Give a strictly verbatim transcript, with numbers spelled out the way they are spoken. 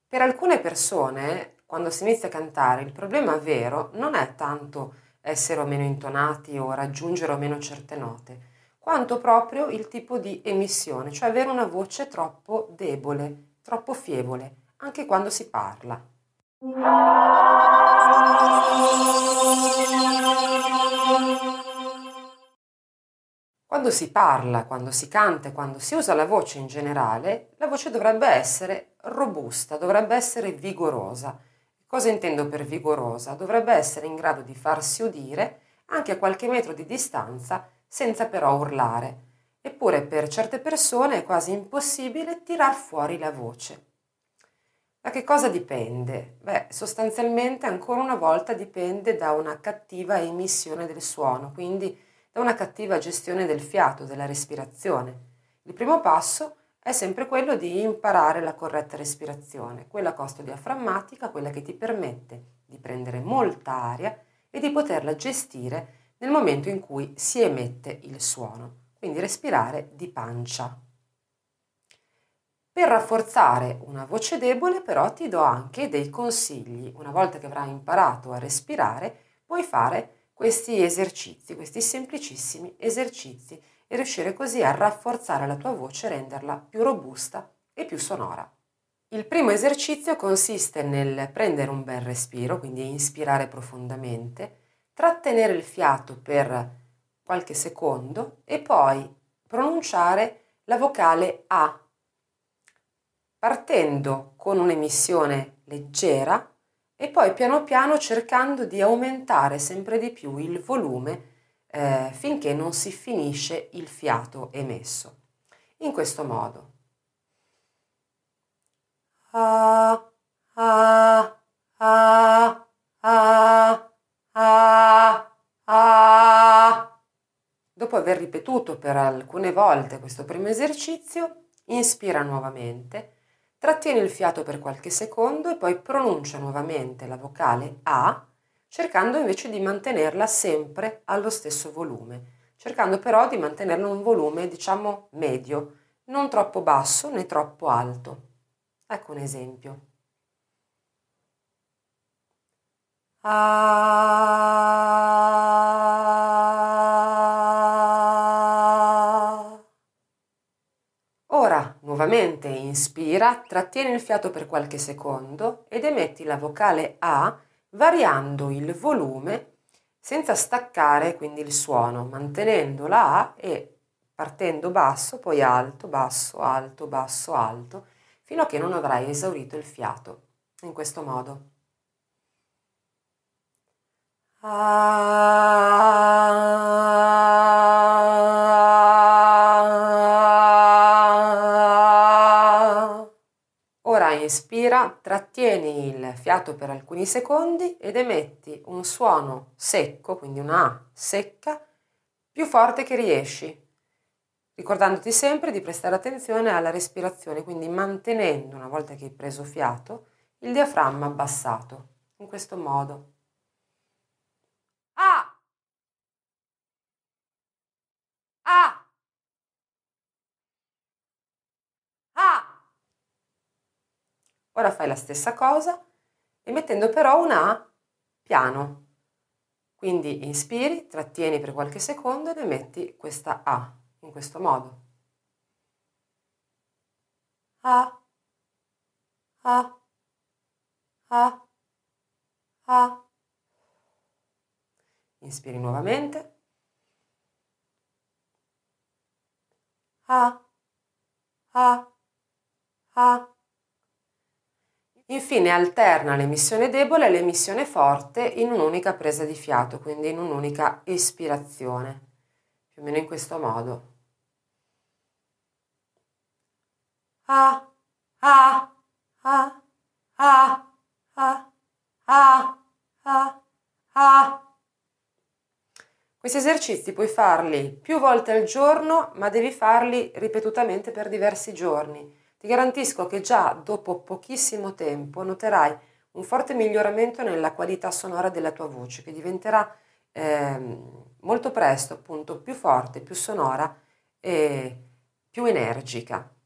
Per alcune persone, quando si inizia a cantare, il problema vero non è tanto essere o meno intonati o raggiungere o meno certe note, quanto proprio il tipo di emissione, cioè avere una voce troppo debole, troppo fievole, anche quando si parla. Quando si parla, quando si canta e quando si usa la voce in generale, la voce dovrebbe essere robusta, dovrebbe essere vigorosa. Cosa intendo per vigorosa? Dovrebbe essere in grado di farsi udire anche a qualche metro di distanza senza però urlare. Eppure per certe persone è quasi impossibile tirar fuori la voce. Da che cosa dipende? Beh, sostanzialmente ancora una volta dipende da una cattiva emissione del suono, quindi da una cattiva gestione del fiato, della respirazione. Il primo passo è sempre quello di imparare la corretta respirazione, quella costodiaframmatica, quella che ti permette di prendere molta aria e di poterla gestire nel momento in cui si emette il suono, quindi respirare di pancia. Per rafforzare una voce debole però ti do anche dei consigli. Una volta che avrai imparato a respirare, puoi fare questi esercizi, questi semplicissimi esercizi e riuscire così a rafforzare la tua voce e renderla più robusta e più sonora. Il primo esercizio consiste nel prendere un bel respiro, quindi inspirare profondamente, trattenere il fiato per qualche secondo e poi pronunciare la vocale A, partendo con un'emissione leggera e poi piano piano cercando di aumentare sempre di più il volume eh, finché non si finisce il fiato emesso. In questo modo. Ah, ah, ah, ah, ah, ah. Dopo aver ripetuto per alcune volte questo primo esercizio, inspira nuovamente, trattieni il fiato per qualche secondo e poi pronuncia nuovamente la vocale A, cercando invece di mantenerla sempre allo stesso volume, cercando però di mantenerla un volume, diciamo, medio, non troppo basso né troppo alto. Ecco un esempio. Ah. Ora, nuovamente inspira, trattieni il fiato per qualche secondo ed emetti la vocale A variando il volume senza staccare quindi il suono, mantenendo la A e partendo basso, poi alto, basso, alto, basso, alto, fino a che non avrai esaurito il fiato. In questo modo. Ora inspira, trattieni il fiato per alcuni secondi ed emetti un suono secco, quindi una A secca, più forte che riesci, ricordandoti sempre di prestare attenzione alla respirazione, quindi mantenendo, una volta che hai preso fiato, il diaframma abbassato, in questo modo. Ah! Ah! Ah! Ora fai la stessa cosa, emettendo però una A piano. Quindi inspiri, trattieni per qualche secondo ed emetti questa A, in questo modo. A, A, A, A. Inspiri nuovamente. A, A, A. Infine alterna l'emissione debole e l'emissione forte in un'unica presa di fiato, quindi in un'unica espirazione, più o meno in questo modo. A, A, A, A, A, A, A, A. Questi esercizi puoi farli più volte al giorno, ma devi farli ripetutamente per diversi giorni. Ti garantisco che già dopo pochissimo tempo noterai un forte miglioramento nella qualità sonora della tua voce, che diventerà ehm, molto presto appunto più forte, più sonora e più energica.